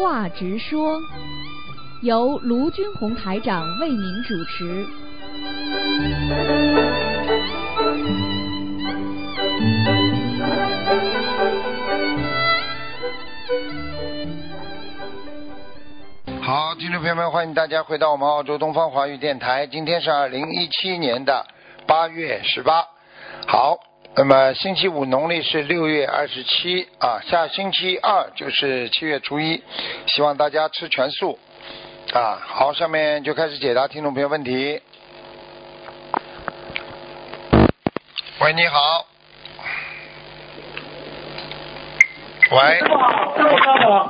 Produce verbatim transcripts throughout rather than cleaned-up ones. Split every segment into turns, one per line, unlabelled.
话直说，由卢军红台长为您主持。
好，听众朋友们，欢迎大家回到我们澳洲东方华语电台。今天是二零一七年的八月十八。好，那么星期五农历是六月二十七啊，下星期二就是七月初一，希望大家吃全素啊。好，下面就开始解答听众朋友问题。喂，你好。喂。
师傅好，师傅好。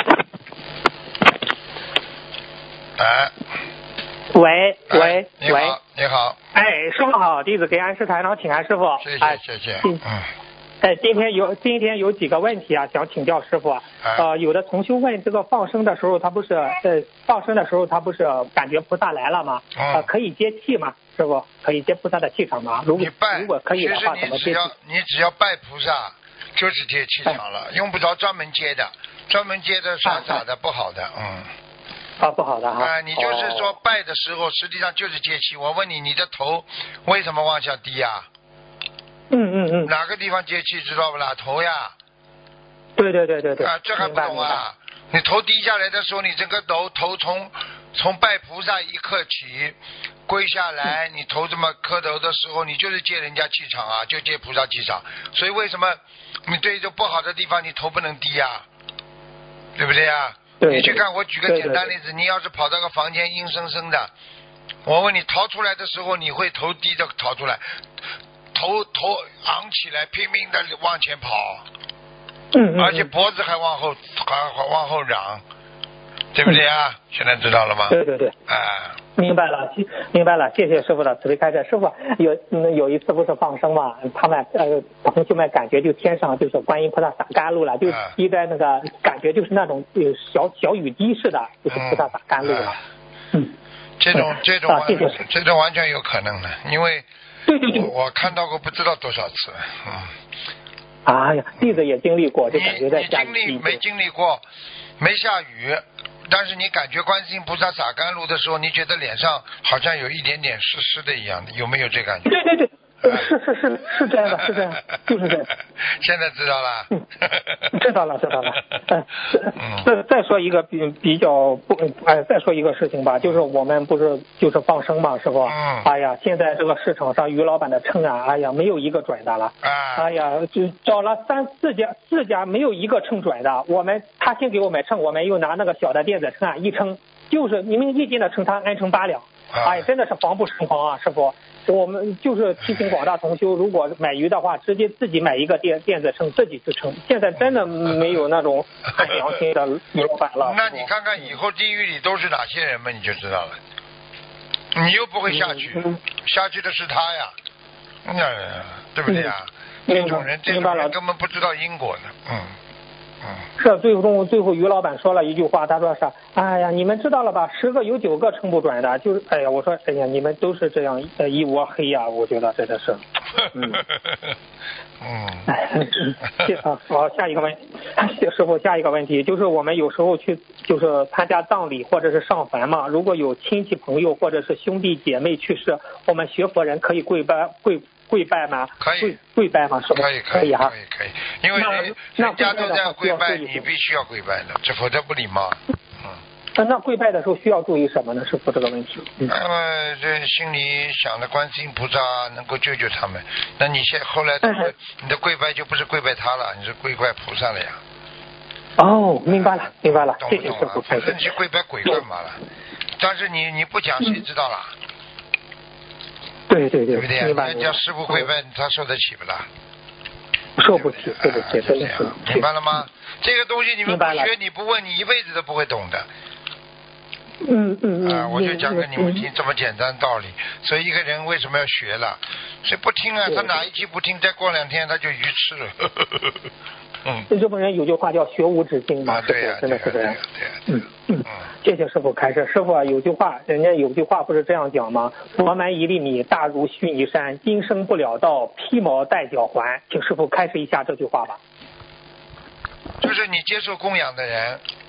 哎。
喂喂
你
喂，
好，你好。
哎，师傅好，弟子给安师台长请安师傅。
谢谢谢谢。
嗯。哎，今天有今天有几个问题啊，想请教师傅。
哎、
呃，有的同修问，这个放生的时候，他不是呃放生的时候，他不是感觉菩萨来了吗？
嗯、
呃，可以接气吗？师傅，可以接菩萨的气场吗？如果如果可以的话，怎么接气？
其实你只要你只要拜菩萨，就是接气场了，哎、用不着专门接的，专门接的傻傻的、哎、不好的，嗯。
啊，不好的哈。
啊、呃，你就是说拜的时候，实际上就是接气。我问你，你的头为什么往下低呀、啊？
嗯嗯嗯。
哪个地方接气知道不啦？头呀。
对对对对对。
啊，这还不懂啊？你头低下来的时候，你整个头头从从拜菩萨一刻起跪下来，你头这么磕头的时候，你就是接人家气场啊，就接菩萨气场。所以为什么你对着不好的地方，你头不能低呀、啊？对不对呀、啊？你去看，我举个简单例子，对对对，你要是跑到个房间阴森森的，我问你逃出来的时候，你会头低的逃出来，头头昂起来，拼命的往前跑，
嗯嗯，
而且脖子还往后还往后嚷，对不对啊？嗯、现在知道了吗？
对对对，
哎、呃，
明白了，明白了，谢谢师傅的慈悲开示。师傅有嗯有一次不是放生嘛，他们呃同学们感觉就天上就是观音菩萨洒甘露了，就滴在那个感觉就是那种小小雨滴似的，就是菩萨洒甘露了。嗯，嗯
这种这种、
啊、谢谢
这种完全有可能的，因为
对对对，
我我看到过不知道多少次，嗯。
哎呀，弟子也经历过，就感觉在下雨。
你你经历没经历过？没下雨。但是你感觉观世音菩萨洒甘露的时候，你觉得脸上好像有一点点湿湿的一样的，有没有这感觉？
对对对，是是是是这样的，是这样，就是这样。
现在知道了。
嗯，知道了知道了。嗯，再再说一个比比较不哎，再说一个事情吧，就是我们不是就是放生嘛，师傅。
嗯。
哎呀，现在这个市场上于老板的秤啊，哎呀，没有一个准的了。
啊。
哎呀，就找了三四家四家，没有一个称准的。我们他先给我们称，我们又拿那个小的电子秤啊一称，就是你们一斤的称，他按成八两。哎，真的是防不胜防啊，师傅。我们就是提醒广大同修，如果买鱼的话，直接自己买一个电电子秤，自己去称。现在真的没有那种很良心的鱼老板了。
那你看看以后地狱里都是哪些人嘛，你就知道了。你又不会下去，嗯、下去的是他呀，嗯，对不对呀？嗯、这种人，这种人根本不知道因果的，嗯。
是，最终最后于老板说了一句话，他说是，哎呀，你们知道了吧？十个有九个称不准的，就是，哎呀，我说，哎呀，你们都是这样一窝黑呀，我觉得真的是，嗯，
嗯，
哎，啊，好，下一个问题，师傅，下一个问题就是我们有时候去就是参加葬礼或者是上坟嘛，如果有亲戚朋友或者是兄弟姐妹去世，我们学佛人可以跪拜跪。跪拜吗？
可以
跪跪拜吗？是吧？
可以可以
哈，
可以可以，因为人人家都在跪拜，你必须要跪拜的，这否则不礼貌。
嗯。那跪拜的时候需要注意什么呢？师傅这个问题。
嗯、那么这心里想的观世音菩萨能够救救他们，那你现后来的、嗯、你的跪拜就不是跪拜他了，你是跪拜菩萨了呀。
哦，明白了明白了，谢谢师傅。
反正你去跪拜鬼干嘛了？但是你你不讲谁知道了？嗯
对对对，
对不对？人家师傅跪拜，他受得起不啦？
受不起，对不起，真的是。
明白了吗？这个东西你们不学，你不问，你一辈子都不会懂的。
嗯嗯嗯。
啊，我就讲给你们听这么简单的道理。所以一个人为什么要学了？所以不听啊，他哪一期不听，再过两天他就愚痴了。嗯。
日本人有句话叫学无止境嘛，
啊，对呀，
真的是这样。
对呀，
嗯嗯。谢谢师傅开示。师傅啊，有句话，人家有句话不是这样讲吗？佛门一粒米，大如须弥山，今生不了道，披毛戴脚环。请师傅开示一下这句话吧。
就是你接受供养的人，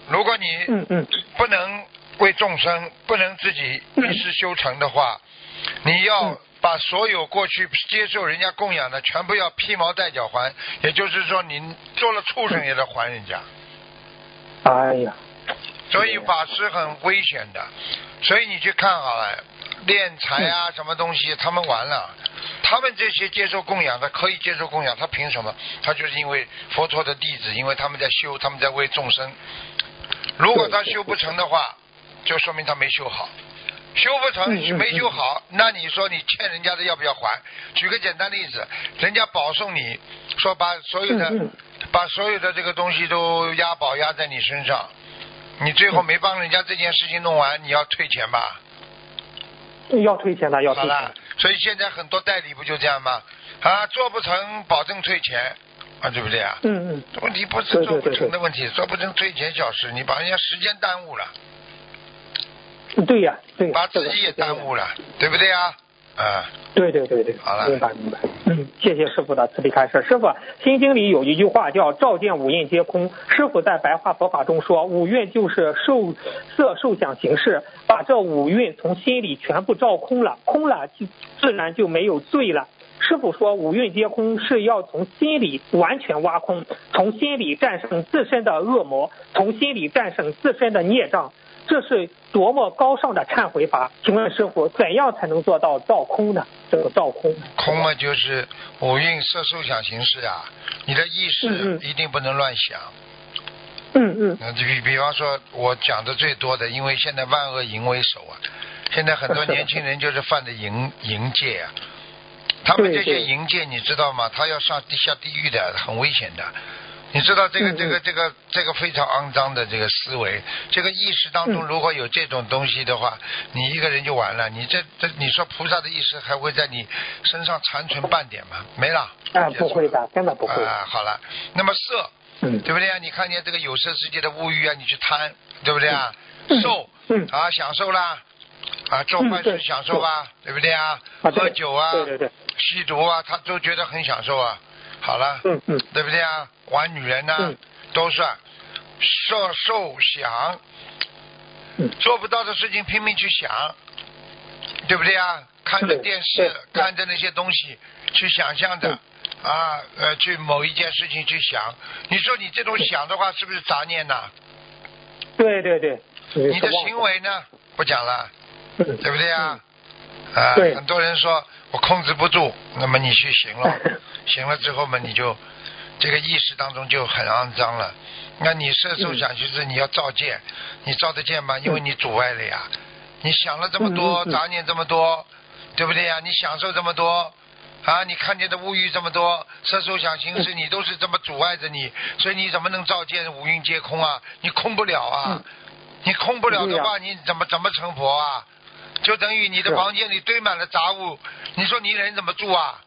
如果你
嗯嗯
不能为众生，不能自己一时修成的话，你要把所有过去接受人家供养的全部要披毛戴角还，也就是说你做了畜生也得还人家。
哎呀，
所以法师很危险的，所以你去看好了，敛财啊什么东西，他们完了，他们这些接受供养的可以接受供养，他凭什么？他就是因为佛陀的弟子，因为他们在修，他们在为众生。如果他修不成的话，就说明他没修好。修不成没修好，那你说你欠人家的要不要还？举个简单例子，人家保送你，说把所有的把所有的这个东西都押宝押在你身上，你最后没帮人家这件事情弄完，你要退钱吧？
要退钱的，要退钱。
好了，所以现在很多代理不就这样吗？啊，做不成保证退钱啊，对不对啊？
嗯嗯。
问题不是做不成的问题，做不成退钱小事，你把人家时间耽误了。
对呀、啊，对、啊，
把自己也耽误了，对不对啊？啊，
对对对对，
好了，
明白明白。嗯，谢谢师傅的慈悲开示。师傅，《心经》里有一句话叫“照见五蕴皆空”。师傅在白话佛法中说，五蕴就是受色受想行识，把这五蕴从心里全部照空了，空了就自然就没有罪了。师傅说五蕴皆空是要从心里完全挖空，从心里战胜自身的恶魔，从心里战胜自身的孽障。这是多么高尚的忏悔法！请问师傅，怎样才能做到照空呢？这个照空，
空嘛就是五蕴色受想行识啊，你的意识一定不能乱想。
嗯嗯。
那比比方说，我讲的最多的，因为现在万恶淫为首啊，现在很多年轻人就是犯的淫淫戒啊，他们这些淫戒你知道吗？他要上地下地狱的，很危险的。你知道这个这个这个这个非常肮脏的这个思维，这个意识当中如果有这种东西的话，你一个人就完了。你这这你说菩萨的意识还会在你身上残存半点吗？没了。
啊，不会的，根本不会。
啊，好了，那么色，
嗯，
对不对啊？你看见这个有色世界的物欲啊，你去贪，对不对啊？受，
嗯
啊，享受啦，啊，做坏事享受吧，对不对啊？喝酒啊，
对对对，
吸毒啊，他都觉得很享受啊。好了，
嗯嗯，
对不对啊？玩女人呢、啊，
嗯、
都算受受想，
嗯，
做不到的事情拼命去想，对不对啊？看着电视，看着那些东西，去想象着、嗯、啊，呃，去某一件事情去想。你说你这种想的话，是不是杂念呢？
对对对。
你的行为呢？不讲了，
嗯、
对不对啊？
嗯、
啊，
对，
很多人说我控制不住，那么你去行了，行了之后嘛，你就这个意识当中就很肮脏了。那你色受想行识，你要照见，你照得见吗？因为你阻碍了呀。你想了这么多，杂念这么多，对不对呀？你享受这么多，啊，你看见的物欲这么多，色受想行识，你都是这么阻碍着你，所以你怎么能照见五蕴皆空啊？你空不了啊！你空不了的话，你怎么怎么成佛啊？就等于你的房间里堆满了杂物，你说你人怎么住啊？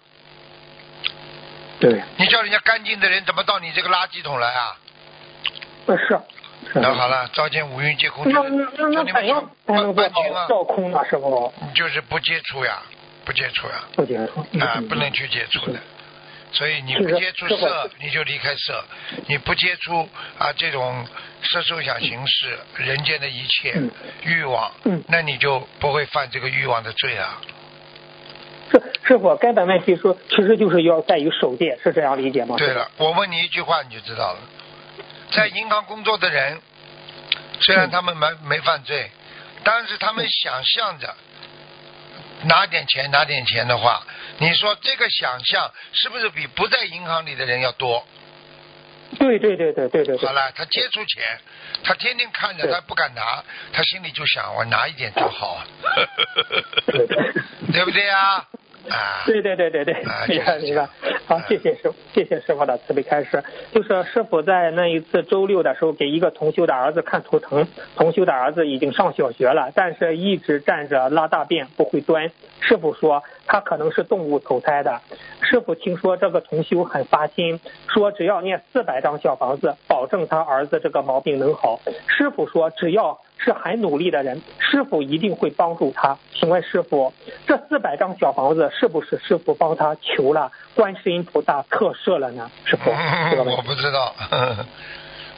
对。
你叫人家干净的人怎么到你这个垃圾桶来啊？
那是。
那好了，照见五蕴皆空。
那那那怎样才能做到照空呢？师傅？
就是不接触呀，不接触呀。
不接触。
啊，不能去接触的。所以你不接触色，你就离开色；你不接触啊这种色受想行识、人间的一切欲望，那你就不会犯这个欲望的罪啊。
是师傅，根本问题说，其实就是要在于守戒，是这样理解吗？
对了，我问你一句话你就知道了。在银行工作的人，虽然他们没没犯罪，但是他们想象着拿点钱拿点钱的话，你说这个想象是不是比不在银行里的人要多？
对对对对对对。
好了，他接触钱，他天天看着，他不敢拿，他心里就想我拿一点多好啊，
对, 对,
对不对啊？啊，
对对对对对，明白明白。好，谢谢师傅，谢谢师傅的慈悲开示。就是师傅在那一次周六的时候，给一个同修的儿子看图腾，同修的儿子已经上小学了，但是一直站着拉大便不会端。师傅说他可能是动物投胎的。师傅听说这个同修很发心，说只要念四百张小房子，保证他儿子这个毛病能好。师傅说只要是很努力的人，师傅一定会帮助他。请问师傅，这四百张小房子是不是师傅帮他求了观世音菩萨特赦了呢？师傅，
嗯、我不知道，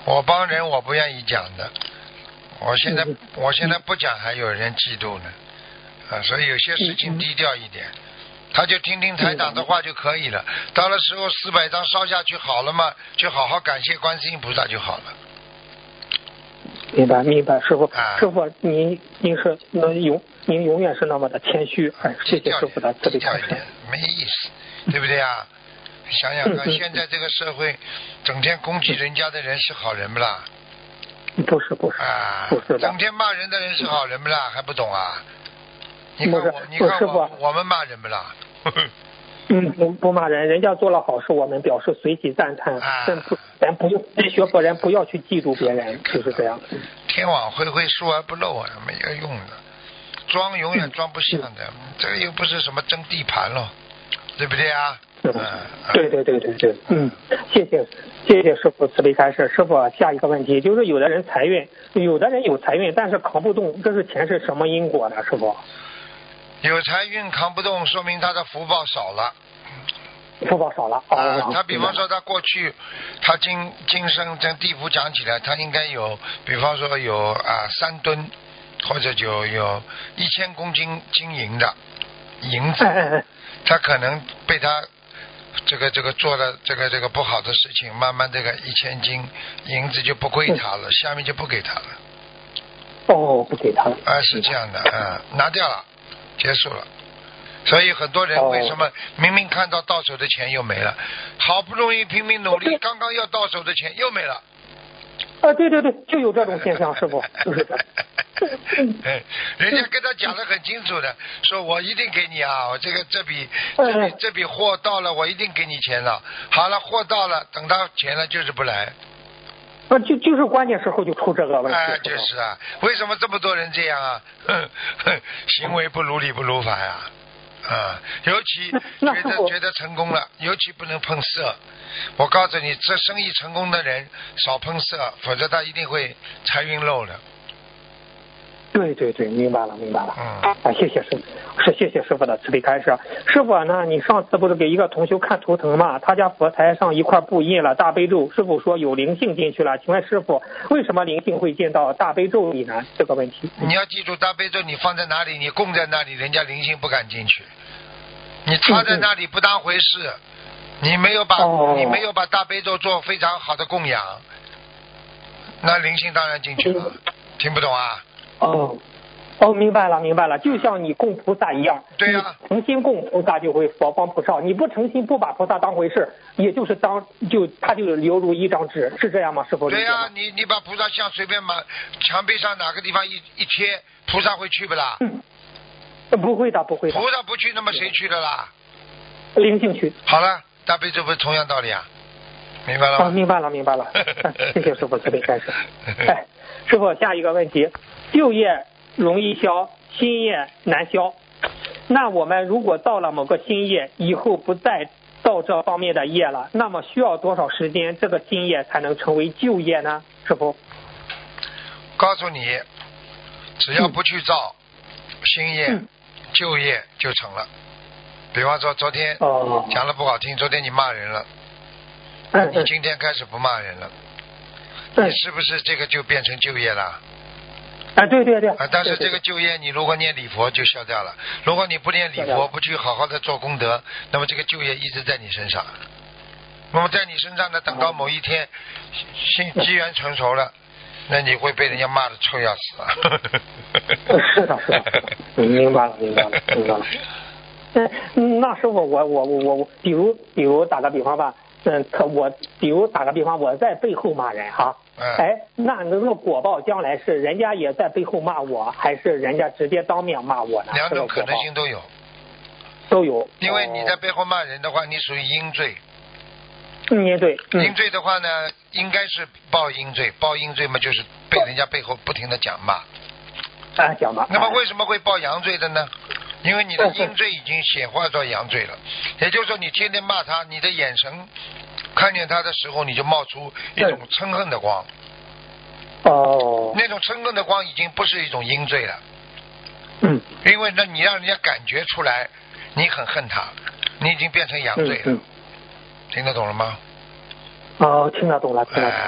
我帮人我不愿意讲的，我现在
嗯
我现在不讲还有人嫉妒呢，啊，所以有些事情低调一点，他就听听台长的话就可以了。到了时候四百张烧下去好了嘛，就好好感谢观世音菩萨就好了。
明白明白，师傅，
啊、
师傅您您是能永您永远是那么的谦虚，哎，谢谢师傅的慈悲开示。
没意思，对不对啊？想想看，现在这个社会，整天攻击人家的人是好人不啦？
不是不是
啊，
不是的，
整天骂人的人是好人不啦？还不懂啊？你看我，你看
师傅，
我们骂人不啦？
嗯，不不骂人，人家做了好事，我们表示随喜赞叹，但不，咱不用，咱学佛人不要去嫉妒别人，就是这样。
天网恢恢，疏而不漏啊，没有用的，装永远装不下的，嗯、这个又不是什么争地盘了，对不对啊？
嗯，对对对对对，嗯，谢谢谢谢师傅慈悲开示。师傅，下一个问题就是有的人财运，有的人有财运，但是扛不动，这是前世什么因果呢？师傅？
有财运扛不动，说明他的福报少了。
福报少了啊、
哦！他比方说他过去，他今今生在地府讲起来，他应该有，比方说有啊三吨，或者就有一千公斤金银的银子，
哎哎哎
他可能被他这个这个做了这个这个不好的事情，慢慢这个一千斤银子就不归他了，嗯、下面就不给他了。
哦，不给他了。
啊，是这样的，嗯，拿掉了。结束了，所以很多人为什么明明看到到手的钱又没了，好不容易拼命努力，刚刚要到手的钱又没了。
啊，对对对，就有这种现象，师傅，就是这。
人家跟他讲得很清楚的，说我一定给你啊，我这个这笔这笔这笔货到了，我一定给你钱了。好了，货到了，等到钱了就是不来。
啊，就就是关键时候就出这个问题。
哎，就是啊，为什么这么多人这样啊？哼哼，行为不如理不如法呀、啊，啊，尤其觉得觉得成功了，尤其不能碰色。我告诉你，这生意成功的人少碰色，否则他一定会财运漏的。
对对对，明白了明白了。
嗯，
啊，谢谢师傅，是谢谢师傅的慈悲开示。师傅呢，你上次不是给一个同学看图腾嘛？他家佛台上一块布印了大悲咒，师傅说有灵性进去了。请问师傅，为什么灵性会进到大悲咒里呢？这个问题。
你要记住，大悲咒你放在哪里，你供在那里，人家灵性不敢进去。你插在那里不当回事，嗯、你没有把、哦、你没有把大悲咒做非常好的供养，那灵性当然进去了。嗯、听不懂啊？
哦，哦，明白了，明白了，就像你供菩萨一样，
对呀、啊，
诚心供菩萨就会佛光普照，你不诚心不把菩萨当回事，也就是当就他就犹如一张纸，是这样吗？师傅？
对呀、啊，你你把菩萨像随便把墙壁上哪个地方一一贴，菩萨会去不啦？
嗯，不会的，不会的。
菩萨不去，那么谁去了啦？
灵性去。
好了，大悲咒不是同样道理啊？明白了吗？
啊，明白了，明白了。谢谢师傅慈悲开示。哎，师傅，下一个问题。旧业容易消，新业难消。那我们如果造了某个新业，以后不再造这方面的业了，那么需要多少时间，这个新业才能成为旧业呢？师傅，
告诉你，只要不去造、嗯、新业、嗯、旧业就成了。比方说昨天讲了不好听，昨天你骂人了，
嗯、
你今天开始不骂人了，
嗯、
你是不是这个就变成旧业了？
啊，对对对。
啊，但是这个旧业，你如果念礼佛就消掉了。如果你不念礼佛，不去好好的做功德，那么这个旧业一直在你身上。那么在你身上呢，等到某一天，新机缘成熟了，那你会被人家骂的臭要死啊！
是的，是的，明白了，明白了，明白了。嗯，那师傅，我我我我，比如比如打个比方吧。嗯，可我比如打个比方，我在背后骂人哈，
嗯、
哎，那那个果报将来是人家也在背后骂我，还是人家直接当面骂我呢？
两种可能性都有，
都有。
因为你在背后骂人的话，你属于阴罪。
阴罪。嗯、
阴罪的话呢，应该是报阴罪，报阴罪嘛，就是被人家背后不停的讲骂。
啊，讲骂。
那么为什么会报阳罪的呢？因为你的阴罪已经显化到阳罪了，也就是说你天天骂他，你的眼神看见他的时候，你就冒出一种嗔恨的光。
哦。
那种嗔恨的光已经不是一种阴罪了。
嗯。
因为呢，你让人家感觉出来，你很恨他，你已经变成阳罪了。
嗯嗯、
听得懂了吗？
哦，听得懂了，听得懂了。
哎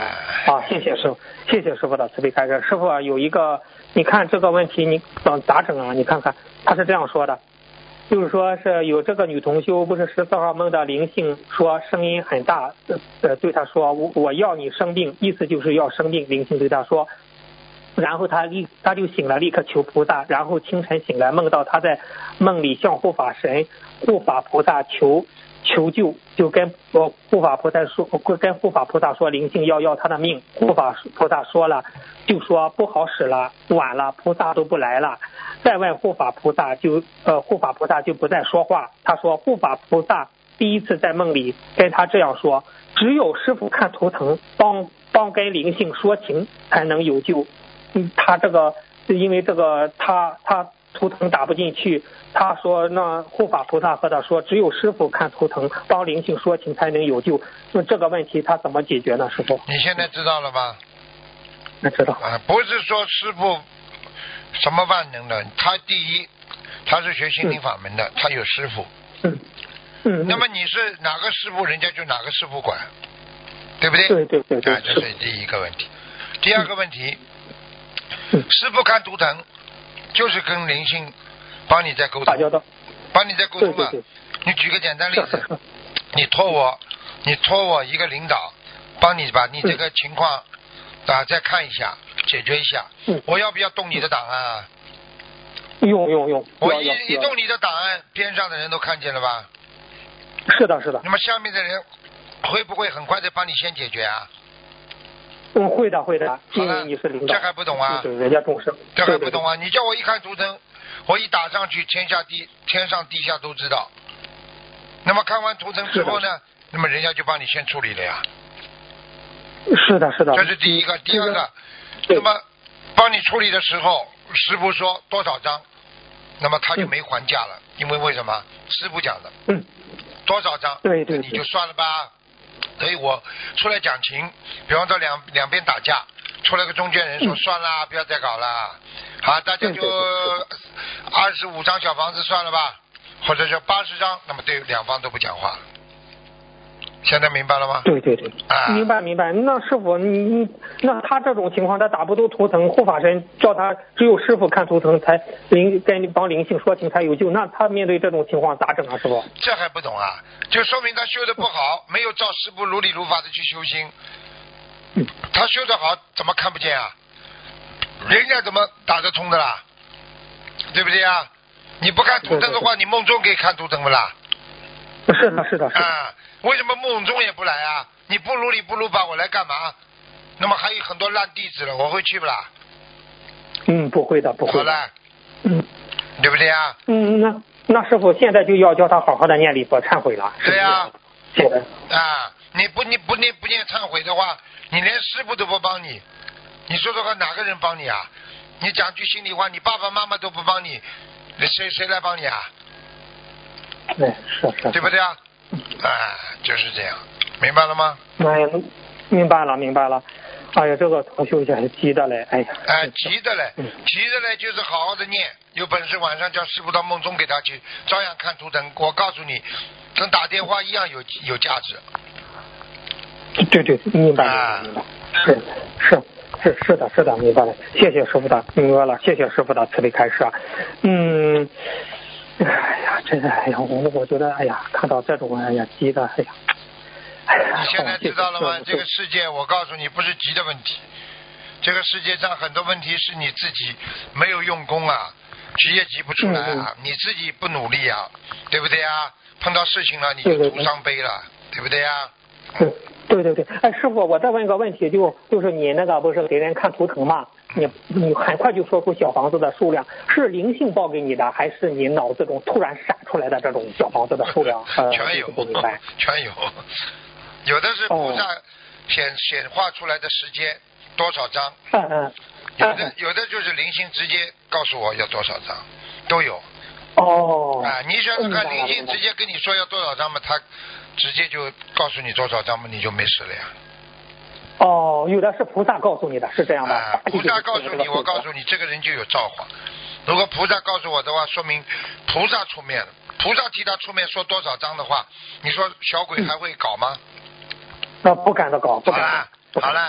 啊，谢谢师傅，谢谢师傅的慈悲开示。师傅啊，有一个，你看这个问题你怎咋整啊？你看看，他是这样说的，就是说是有这个女同修，不是十四号梦的灵性说声音很大，呃，对他说我我要你生病，意思就是要生病。灵性对他说，然后他立他就醒了，立刻求菩萨，然后清晨醒来梦到他在梦里向护法神、护法菩萨求。求救，就跟我护法菩萨说，跟护法菩萨说灵性要要他的命。护法菩萨说了，就说不好使了，晚了，菩萨都不来了。再问护法菩萨就呃护法菩萨就不再说话。他说护法菩萨第一次在梦里跟他这样说，只有师父看图腾，帮帮跟灵性说情才能有救。嗯，他这个因为这个他他图腾打不进去。他说那护法菩萨和他说只有师父看图腾帮灵性说情才能有救，那这个问题他怎么解决呢？师父
你现在知道了吧？
那知道
啊，不是说师父什么万能的，他第一他是学心灵法门的，嗯、他有师父。
嗯嗯。
那么你是哪个师父，人家就哪个师父管，对不对？
对对对对。
啊，这是第一个问题。第二个问题，嗯、师父看图腾就是跟灵性。帮你在沟通，帮你在沟通嘛。
对对对，
你举个简单例子，你托我，你托我一个领导，帮你把你这个情况、嗯、啊再看一下，解决一下。
嗯、
我要不要动你的档案啊？
用用用。
我一一动你的档案，边上的人都看见了吧？
是的，是的。
那么下面的人会不会很快的帮你先解决啊？
嗯，会的，会的。因为你是领导。
这还不懂啊？
对，人家重视。
这还不懂啊？你叫我一看图腾。我一打上去，天下地天上地下都知道。那么看完图腾之后呢，那么人家就帮你先处理了呀。
是的，是的。
这是第一个，第二个，那么帮你处理的时候，师傅说多少张，那么他就没还价了，嗯、因为为什么？师傅讲的。
嗯。
多少张？
对对。
你就算了吧。所以我出来讲情，比方说两两边打架。出来个中间人说、嗯、算了，不要再搞了，好，大家就二十五张小房子算了吧，或者说八十张，那么对两方都不讲话。现在明白了吗？
对对对，
啊，
明白明白。那师傅，你你那他这种情况，他打不动图腾，护法神叫他只有师傅看图腾才灵跟帮灵性说情才有救，那他面对这种情况咋整啊？师傅？
这还不懂啊？就说明他修的不好，没有照师傅如理如法的去修心。他修得好，怎么看不见啊？人家怎么打得通的啦？对不对啊？你不看图腾的话，你梦中可以看图腾不啦？
是的，是的，是的。
啊，为什么梦中也不来啊？你不如理不如法，我来干嘛？那么还有很多烂弟子了，我会去不啦？
嗯，不会的，不会的。
好了，
嗯，
对不对啊？
嗯，那那师傅现在就要叫他好好的念礼佛忏悔了。
对呀。
现在
啊，你不你不念不念忏悔的话，你连师傅都不帮你，你说说看哪个人帮你啊？你讲句心里话，你爸爸妈妈都不帮你，谁谁来帮你啊？
对，是是。
对不对啊？啊，就是这样，明白了吗？
哎呀，明白了明白了。哎呀，这个同修也急的嘞，哎呀。
哎，急的嘞，急的嘞，就是好好的念，有本事晚上叫师傅到梦中给他去，照样看图腾。我告诉你，跟打电话一样有有价值。
对对，明白了，明白。是是是是的，是的，明白了。谢谢师傅的，明白了。谢谢师傅的慈悲开示啊。嗯，哎呀，真的，哎呀，我我觉得，哎呀，看到这种，哎呀，急的，哎呀。
你现在知道了吗？这个世界，我告诉你，不是急的问题。这个世界上很多问题是你自己没有用功啊，急也急不出来啊，嗯、你自己不努力啊，对不对啊？碰到事情了你就徒伤悲了， 对, 对, 对, 对不对啊？
对对对对，哎，师傅，我再问一个问题，就就是你那个不是给人看图腾嘛？你你很快就说出小房子的数量，是灵性报给你的，还是你脑子中突然闪出来的这种小房子的数量？呃、
全有，
不明白，
全有。有的是菩萨显、哦、显化出来的时间多少张，
嗯嗯，
有的有的就是灵性直接告诉我要多少张，都有。
哦，
啊，你想想看，灵性直接跟你说要多少张嘛，他直接就告诉你多少张嘛，你就没事了呀。
哦，有的是菩萨告诉你的，是这样的。
啊，菩萨告诉你，我告诉你，这个人就有造化。如果菩萨告诉我的话，说明菩萨出面了。菩萨替他出面说多少张的话，你说小鬼还会搞吗？
那不敢的搞，不敢。
好了，好了，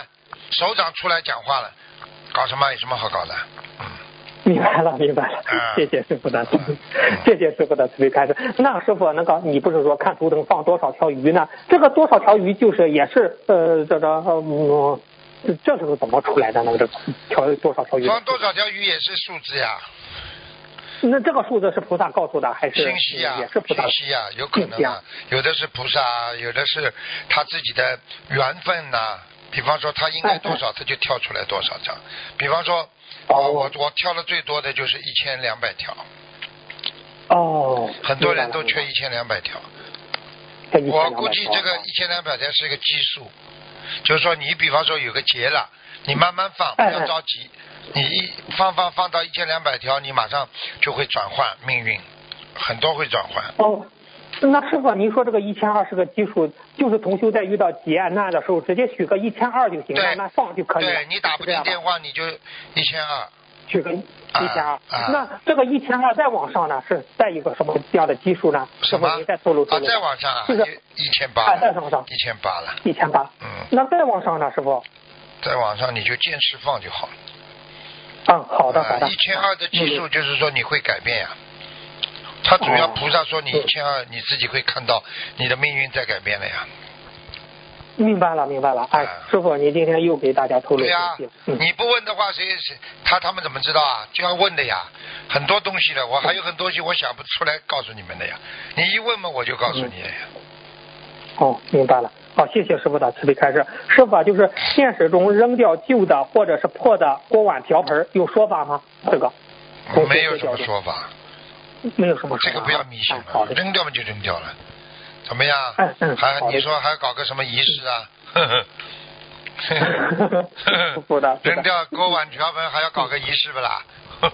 首长出来讲话了，搞什么？有什么好搞的？嗯。
明白了，明白了，谢谢师傅的慈悲，谢谢师傅的慈悲开示。那师傅，那个你不是说看图腾放多少条鱼呢？这个多少条鱼就是也是呃这个呃这是怎么出来的呢？这条多少条鱼？
放多少条鱼也是数字呀。
那这个数字是菩萨告诉的还是
信息呀？
也是菩萨
信息呀，有可能啊，有的是菩萨，有的是他自己的缘分呐、啊。比方说他应该多少，他就跳出来多少张。比方说。哦，我我跳的最多的就是一千两百条。
哦，
很多人都缺一千两百条。我估计这个一千两百条是一个基数，就是说你比方说有个节了，你慢慢放，不要着急，你一放放放到一千两百条，你马上就会转换命运，很多会转换。
哦。那师傅，您说这个一千二是个基数，就是同修在遇到劫难的时候，直接许个一千二就行，慢慢放就可以了。
对，你打不进电话，你就一千二，
许个一千二。
啊、
那这个一千二再往上呢，是在一个什么样的基数呢？
什么？
您再透露透露。
啊，再往上啊，
就是
一千八。
啊，再往上。
一千八了。
一千八。
嗯。
那再往上呢，师傅？
再往上你就坚持放就好了。
嗯，好的好的。
一千二的基数就是说你会改变呀、啊。他主要菩萨说你一千二，你自己会看到你的命运在改变了呀。
明白了，明白了。哎，师傅，你今天又给大家透露
对呀、嗯，你不问的话，谁谁他他们怎么知道啊？就要问的呀。很多东西了，我还有很多东西我想不出来告诉你们的呀。你一问嘛，我就告诉你了呀。
嗯、哦，明白了。好，谢谢师傅的慈悲开示。师傅啊，就是现实中扔掉旧的或者是破的锅碗瓢盆，有说法吗？这个
没有什么说法。
没有什么说法，
这个不要迷信了、哎，扔掉嘛就扔掉了，怎么样？
嗯嗯、
还你说还搞个什么仪式啊？
不的，
扔掉锅碗瓢盆还要搞个仪式不啦？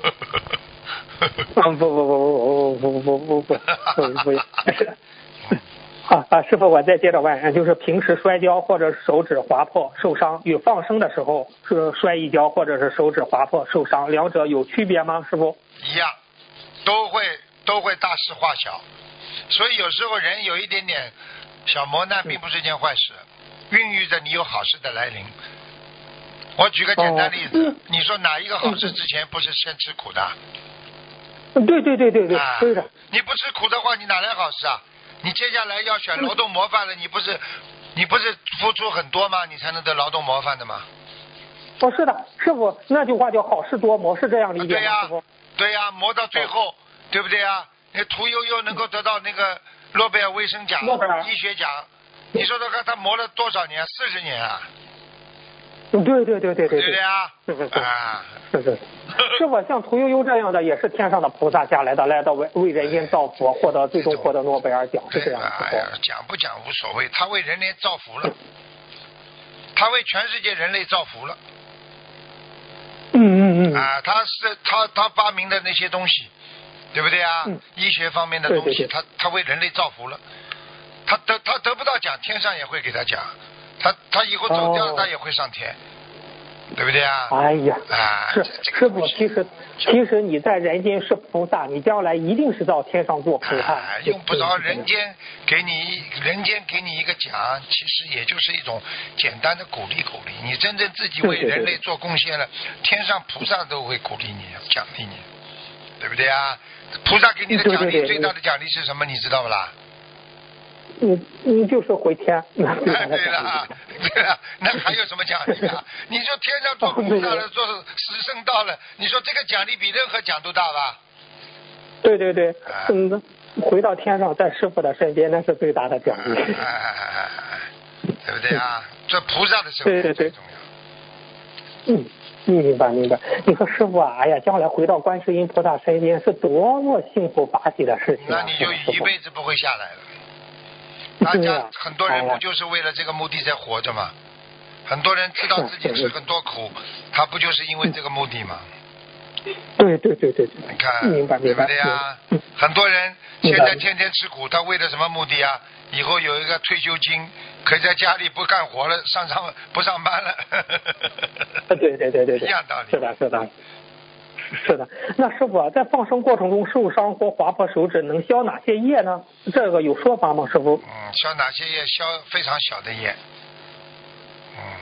嗯，不不不不不不不不不不不。啊啊，师傅，我再接着问，就是平时摔跤或者手指划破受伤，与放生的时候是摔一跤或者是手指划破受伤，两者有区别吗？师傅？
一样。都会都会大事化小，所以有时候人有一点点小磨难，并不是一件坏事，孕育着你有好事的来临。我举个简单例子，哦、你说哪一个好事之前不是先吃苦的？
对对对对对，
啊、
对的。
你不吃苦的话，你哪来好事啊？你接下来要选劳动模范了，你不是你不是付出很多吗？你才能得劳动模范的吗？
哦，是的，师傅，那句话叫好事多磨，是这样理解吗？
对呀、
师傅。
对呀、啊，磨到最后，对不对啊？那屠呦呦能够得到那个诺贝尔卫生奖、医学奖，你说这个他磨了多少年？四十年啊！
对对对对对对。
对对啊！
是是是
啊！
是是。是否像屠呦呦这样的，也是天上的菩萨下来的，来到为为人间造福，获得最终获得诺贝尔奖，是这样的。
哎呀，讲不讲无所谓，他为人类造福了，他为全世界人类造福了。
嗯嗯嗯。
啊，他是他他发明的那些东西，对不对啊？
嗯、
医学方面的东西，
对对对
他他为人类造福了。他得他得不到奖，天上也会给他奖。他他以后走掉了，
哦、
他也会上天，对不对啊？
哎呀，
啊，
是师傅，其实其实你在人间是菩萨，你将来一定是到天上做菩萨。
啊、用不着人间给你人间给你一个奖，其实也就是一种简单的鼓励鼓励。你真正自己为人类做贡献了，
对对对，
天上菩萨都会鼓励你、奖励你，对不对啊？菩萨给你的奖励，
对对对，
最大的奖励是什么？你知道不啦？
你你就是回天。
哎，对了，对了，那还有什么奖励啊？你说天上做菩萨了，做十圣道了，你说这个奖励比任何奖都大吧？
对对对，嗯，回到天上，在师父的身边，那是最大的奖励。
哎哎哎哎，对不对啊？做菩萨的生活最重
要。嗯。明白明白，你说师傅啊，哎呀，将来回到观世音菩萨身边是多么幸福法喜的事情、啊、
那你就一辈子不会下来了。大家很多人不就是为了这个目的在活着吗？很多人知道自己吃很多苦，他不就是因为这个目的吗？
对对对对对，
你看，
明白明白，
对不对呀？很多人现在天天吃苦，他为了什么目的啊？以后有一个退休金，可以在家里不干活了，上上不上班了。
对对对对对，
一样道理。
是的，是的，是的。那师傅啊，在放生过程中受伤或划破手指，能消哪些业呢？这个有说法吗？师傅？
嗯，消哪些业？消非常小的业。嗯。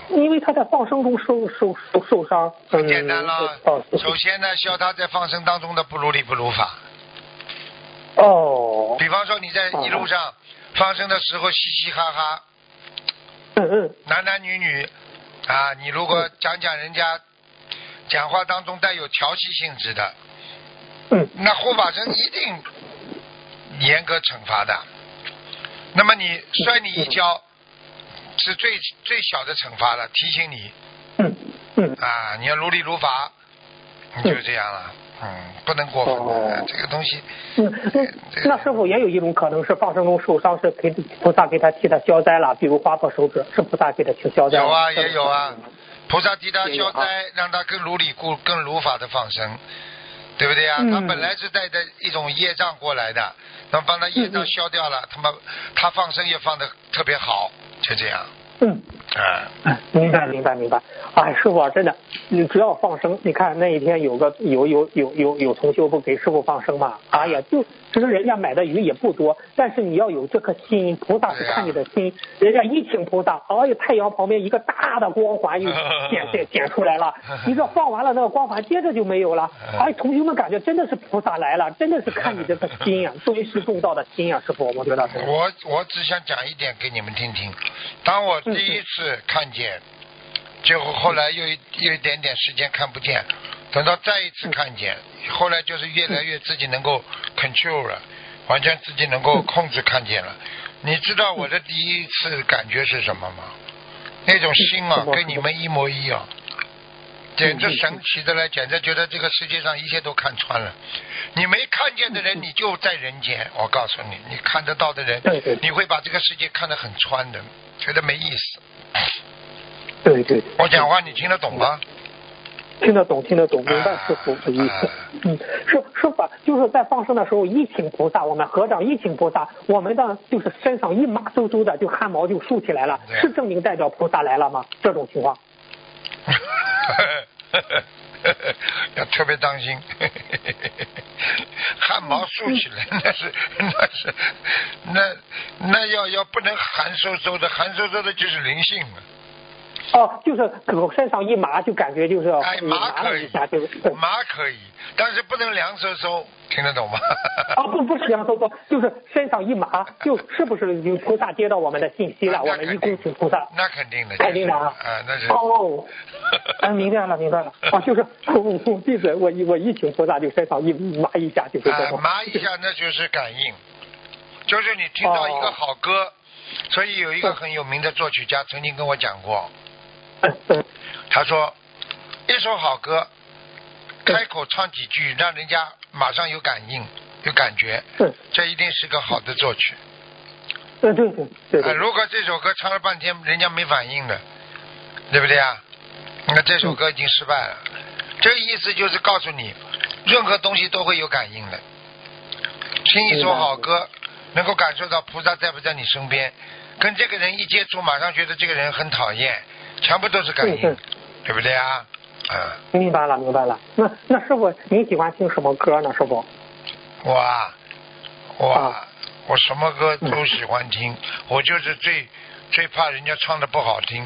因为他在放生中受受受受伤。
很简单了，
嗯、
首先呢，消他在放生当中的不如理不如法。
哦。
比方说你在一路上放生的时候嘻嘻哈哈，
嗯嗯，
男男女女啊，你如果讲讲人家讲话当中带有调戏性质的，
嗯，
那护法神一定严格惩罚的。那么你摔你一跤是最最小的惩罚了，提醒你，
嗯嗯，
啊，你要如理如法，你就这样了。嗯，不能过分的，
哦、
这个东西。
嗯，那是否也有一种可能是放生中受伤是给菩萨给他替他消灾了？比如划破手指，是菩萨给他去消灾？
有啊，也有啊，菩萨替他消灾，
啊、
让他更如理故更如法的放生，对不对呀、啊嗯？他本来是带着一种业障过来的，那么帮他业障消掉了，嗯、他妈他放生也放得特别好，就这样。
嗯，
嗯，
明白明白明白。哎，师傅真的，你只要放生，你看那一天有个有有有有有同修不给师傅放生嘛？哎呀，就其实人家买的鱼也不多，但是你要有这颗心，菩萨是看你的心。啊、人家一请菩萨，哎呀，太阳旁边一个大的光环就显显显出来了。你这放完了那个光环，接着就没有了。哎，同学们感觉真的是菩萨来了，真的是看你这个心呀、啊，尊师重道的心呀、啊，师傅，我觉得是。
我我只想讲一点给你们听听，当我第一次看见。嗯就后来又一又一点点时间看不见，等到再一次看见，后来就是越来越自己能够 control 了，完全自己能够控制看见了。你知道我的第一次感觉是什么吗？那种心啊，跟你们一模一样，简直神奇的了，简直觉得这个世界上一切都看穿了。你没看见的人，你就在人间。我告诉你，你看得到的人，你会把这个世界看得很穿的，觉得没意思。
对对，
我讲话你听得懂吗？
听得懂，听得懂，明白师傅的意思。啊、嗯，师师傅就是在放生的时候一请菩萨，我们合掌一请菩萨，我们的就是身上一麻嗖嗖的，就汗毛就竖起来了，是证明代表菩萨来了吗？这种情况？
要特别当心，汗毛竖起来那是那是那那要要不能寒飕飕的，寒飕飕的就是灵性了。
哦，就是身上一麻就感觉就是
哎麻可以，麻可以，但是不能凉飕飕，听得懂吗？
啊、哦、不不是凉飕飕，就是身上一麻，就是不是有菩萨接到我们的信息了？我们一恭请菩萨，
那肯定的，
肯定的啊，
啊那是
哦，啊明白了明白了，啊就是我我弟子我一我一请菩萨就身上一麻一下就是这种，
啊麻一下那就是感应，就是你听到一个好歌，哦、所以有一个很有名的作曲家曾经跟我讲过。他说一首好歌开口唱几句让人家马上有感应有感觉，这一定是个好的作曲。
对对对对、呃、
如果这首歌唱了半天人家没反应的，对不对啊？那这首歌已经失败了。这个意思就是告诉你任何东西都会有感应的。听一首好歌能够感受到菩萨在不在你身边，跟这个人一接触马上觉得这个人很讨厌，全部都是感应，对不对啊？啊，
明白了，明白了。那那师傅，你喜欢听什么歌呢？师傅？
我啊，我啊，我什么歌都喜欢听，嗯、我就是最最怕人家唱的不好听。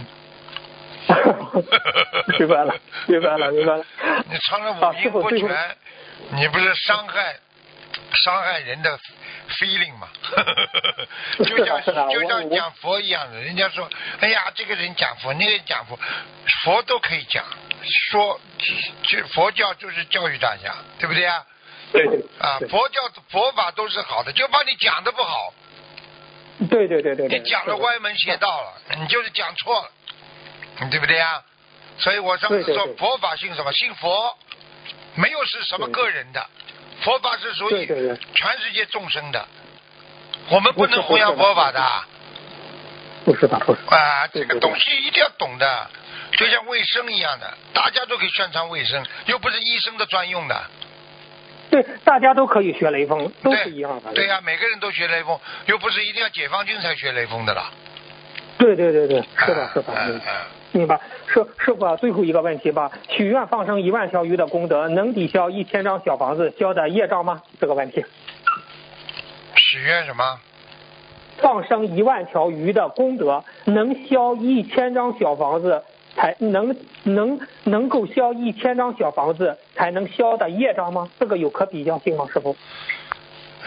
明白了，明白了，明白了。
你唱的五音不全，啊、你不是伤害伤害人的 feeling 嘛？就像就像讲佛一样的，人家说，哎呀，这个人讲佛，那个人讲佛，佛都可以讲，说就佛教就是教育大家，对不对啊？
对对。
啊，佛教佛法都是好的，就怕你讲的不好。
对对对对对。
你讲了歪门邪道了，你就是讲错了，对不对啊？所以我上次说佛法信什么？信佛，没有是什么个人的，佛法是属于全世界众生的，我们不能弘扬佛法的。
不是的，不是。
啊，这个东西一定要懂的，就像卫生一样的，大家都可以宣传卫生，又不是医生的专用的。
对，大家都可以学雷锋，都是一样的。
对呀、啊，每个人都学雷锋，又不是一定要解放军才学雷锋的啦。
对对对对，是的，是的，嗯、明白。师师傅，最后一个问题吧，许愿放生一万条鱼的功德，能抵消一千张小房子消的业障吗？这个问题。
许愿什么？
放生一万条鱼的功德，能消一千张小房子才能能能够消一千张小房子才能消的业障吗？这个有可比较性吗，师傅？
呃，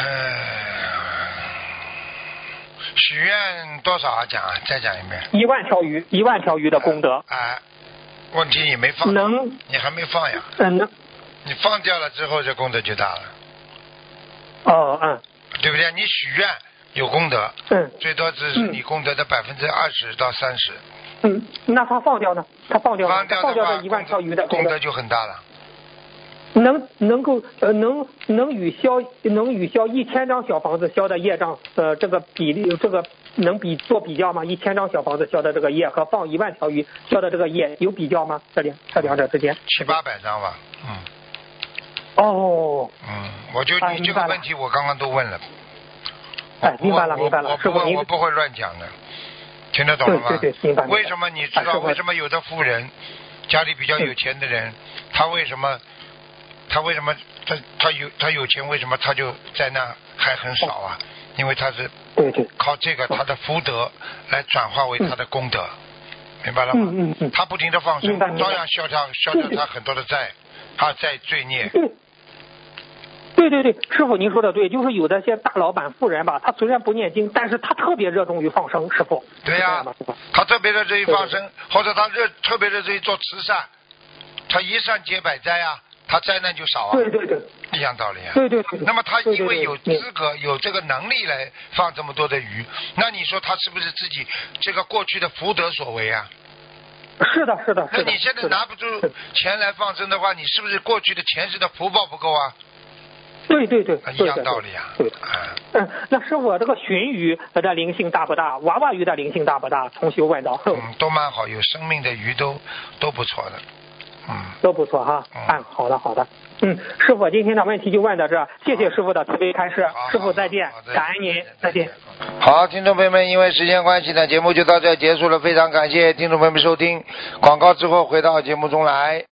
许愿多少啊？讲啊，再讲一遍。
一万条鱼，一万条鱼的功德。
哎、啊，问题你没放，
能，
你还没放呀？
嗯，能。
你放掉了之后，这功德就大了。
哦，嗯。
对不对？你许愿有功德，
嗯，
最多只是你功德的百分之二十到三十。
嗯，那他放掉呢？他放掉，
放掉
放掉这一万条鱼的
功德就很大了。
能能够呃能能与消能与消一千张小房子消的业障呃这个比例这个能比做比较吗？一千张小房子消的这个业和放一万条鱼消的这个业有比较吗？这两这两者之间
七八百张吧，嗯。
哦。
嗯，我就你这个问题我刚刚都问了。
哎，明白了明白了，
我不问，我不会乱讲的，听得懂了吗？
对对对，明白。
为什么你知道为什么有的富人家里比较有钱的人，他为什么他为什么他他有他有钱，为什么他就在那还很少啊？因为他是靠这个他的福德来转化为他的功德，明白了吗？
嗯嗯嗯。
他不停的放生，照样消掉消掉他很多的债，他债罪孽。
对对对，师傅您说的对，就是有的些大老板富人吧，他虽然不念经，但是他特别热衷于放生，师傅。
对呀、啊，他特别热衷于放生，或者他热特别热衷于做慈善，他一善解百灾啊，他灾难就少啊。
对对对，
一样道理啊。
对对对。
那么他因为有资格、有这个能力来放这么多的鱼，那你说他是不是自己这个过去的福德所为啊？
是的，是的。
那你现在拿不出钱来放生的话，你是不是过去的前世的福报不够啊？
对对对，
一样道理啊。
对，嗯，那师傅，这个鲟鱼的灵性大不大？娃娃鱼的灵性大不大？重修问道。
嗯，都蛮好，有生命的鱼都都不错的，嗯，
都不错哈。嗯，好的好的。嗯，师傅，今天的问题就问到这，谢谢师傅的慈悲开示，师傅再见，感恩您，再见。
好，听众朋友们，因为时间关系呢，节目就到这结束了，非常感谢听众朋友们收听，广告之后回到节目中来。